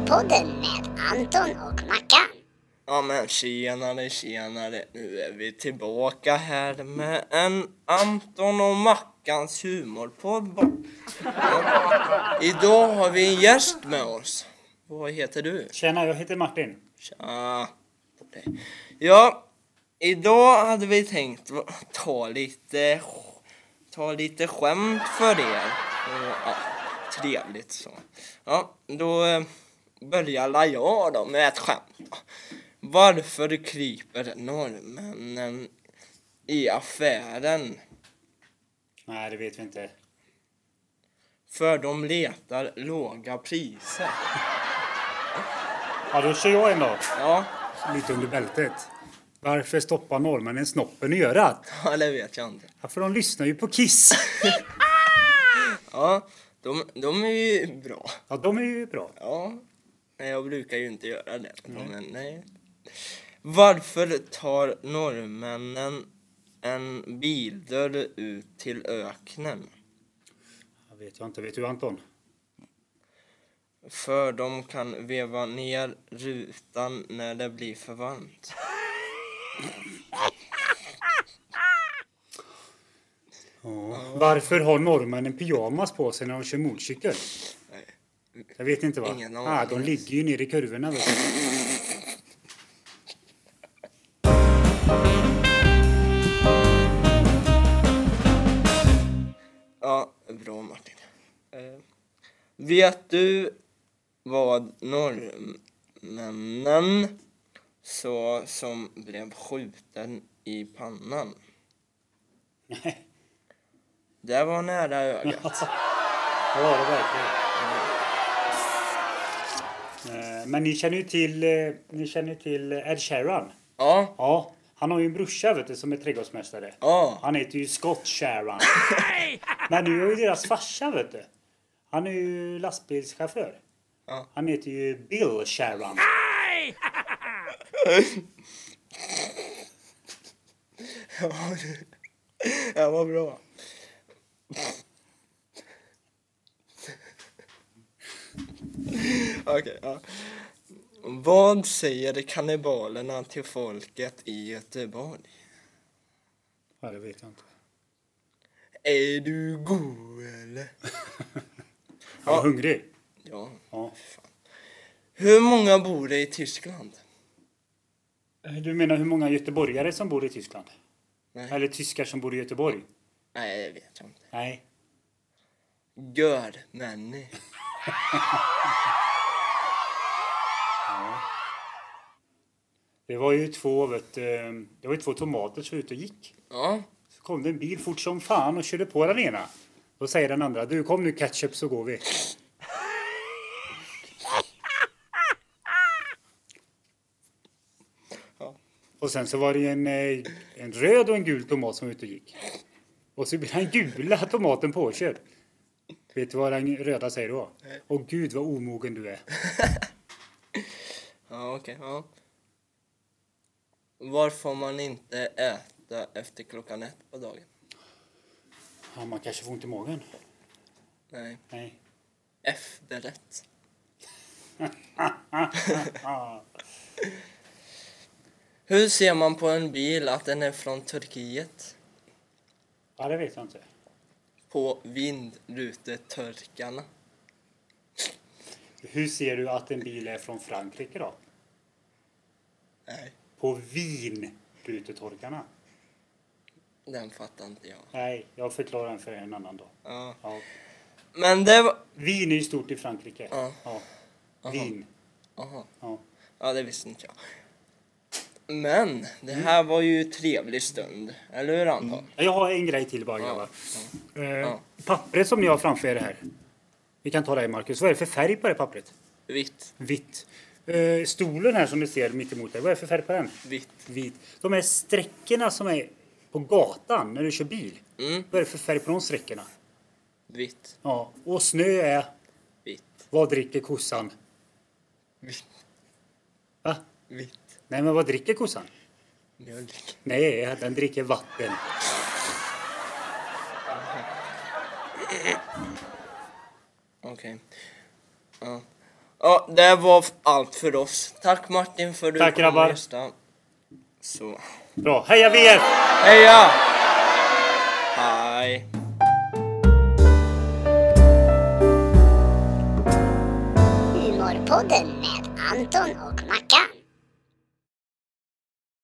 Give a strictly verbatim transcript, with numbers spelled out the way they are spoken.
Morgonpodden med Anton och Mackan. Ja men tjenare, tjenare. Nu är vi tillbaka här med en Anton och Mackans humorpodd. Ja. Idag har vi en gäst med oss. Vad heter du? Tjena, jag heter Martin. Tja. Ja, idag hade vi tänkt ta lite, ta lite skämt för er. Och, ja, trevligt så. Ja, då börjar jag då med ett skämt. Varför kryper norrmännen i affären? Nej, det vet vi inte. För de letar låga priser. Ja, då kör jag en då. Ja, Lite under bältet. Varför stoppar norrmännen snoppen i örat? ja det vet jag inte. Ja, för de lyssnar ju på Kiss. Ja, de, de är ju bra. Ja, de är ju bra. Ja, nej, jag brukar ju inte göra det. Men nej. Varför tar norrmännen en bildörr ut till öknen? Jag vet jag inte. Vet du, Anton? För de kan veva ner rutan när det blir för varmt. Ja. Varför har norrmännen pyjamas på sig när de kör motorcykel? Nej. Jag vet inte va? Ingen aning. Ah, de ligger ju nere i kurvorna. Vet du. Ja, bra Martin. Eh, vet du vad norrmännen så som blev skjuten i pannan? Nej. Det var nära ögat. Ja, det verkligen. Eh, Men ni känner ju till, eh, ni känner ju till Ed Sheeran. Ja, Ja, han har ju en brorsa vet du, som är trädgårdsmästare. ja. Han heter ju Scott Sheeran. Men nu är ju deras farsa vet du. Han är ju lastbilschaufför. Ja. Han heter ju Bill Sheeran. Det var bra. Okej, ja. Vad säger kannibalerna till folket i Göteborg? Ja, det vet jag inte. Är du god eller? Jag var hungrig. Ja. Ja. Hur många bor det i Tyskland? Du menar hur många göteborgare som bor i Tyskland? Nej. Eller tyskar som bor i Göteborg? Nej, det vet jag inte. Nej. Gör männi. Det var ju två, vet, du, det var ju två tomater som var ute och gick. Ja. Så kom det en bil fort som fan och körde på den ena. Då säger den andra, du kom nu ketchup så går vi. Ja. Och sen så var det en, eh, en röd och en gul tomat som var ute och gick. Och så blir den gula tomaten påkörd. Vet du vad den röda säger då? Åh gud vad omogen du är. Ja, okej. Ja. Var får man inte äta efter klockan ett på dagen? Ja, man kanske får ont i magen. Nej. Nej. Efterrätt. Hur ser man på en bil att den är från Turkiet? Ja, det vet jag inte. På vindrutetorkarna. Hur ser du att en bil är från Frankrike då? Nej, På vinrutetorkarna. den fattar inte jag. Nej, jag förklarar den för en annan dag. Ja. Ja. Men det var... Vin är ju stort i Frankrike. Ja. Ja. Aha. Vin. Aha. Ja. Ja, det visste inte jag. Men det här var ju en trevlig stund. Eller hur, Anton? Jag har en grej till bara, Ja. grabbar. Ja. Eh, Ja. Pappret som ni har framför er här. Vi kan ta det, Marcus. Vad är det för färg på det pappret? Vitt. Vitt. Eh, stolen här som ni ser mitt emot er. Vad är det för färg på den? Vitt. Vit. De här sträckorna som är på gatan när du kör bil. Mm. Vad är det för färg på de sträckorna? Vitt. Ja. Och snö är... Vitt. Vad dricker kossan? Vitt. Va? Vitt. Nej, men vad dricker kossan? Mjölk. Nej, den dricker vatten. Okej. Ja. Ja, det var allt för oss. Tack Martin för att du Tack, kom grabbar. och gästade. Så, Bra. Heja V F! heja! Hej! Humorpodden med Anton och Mackan.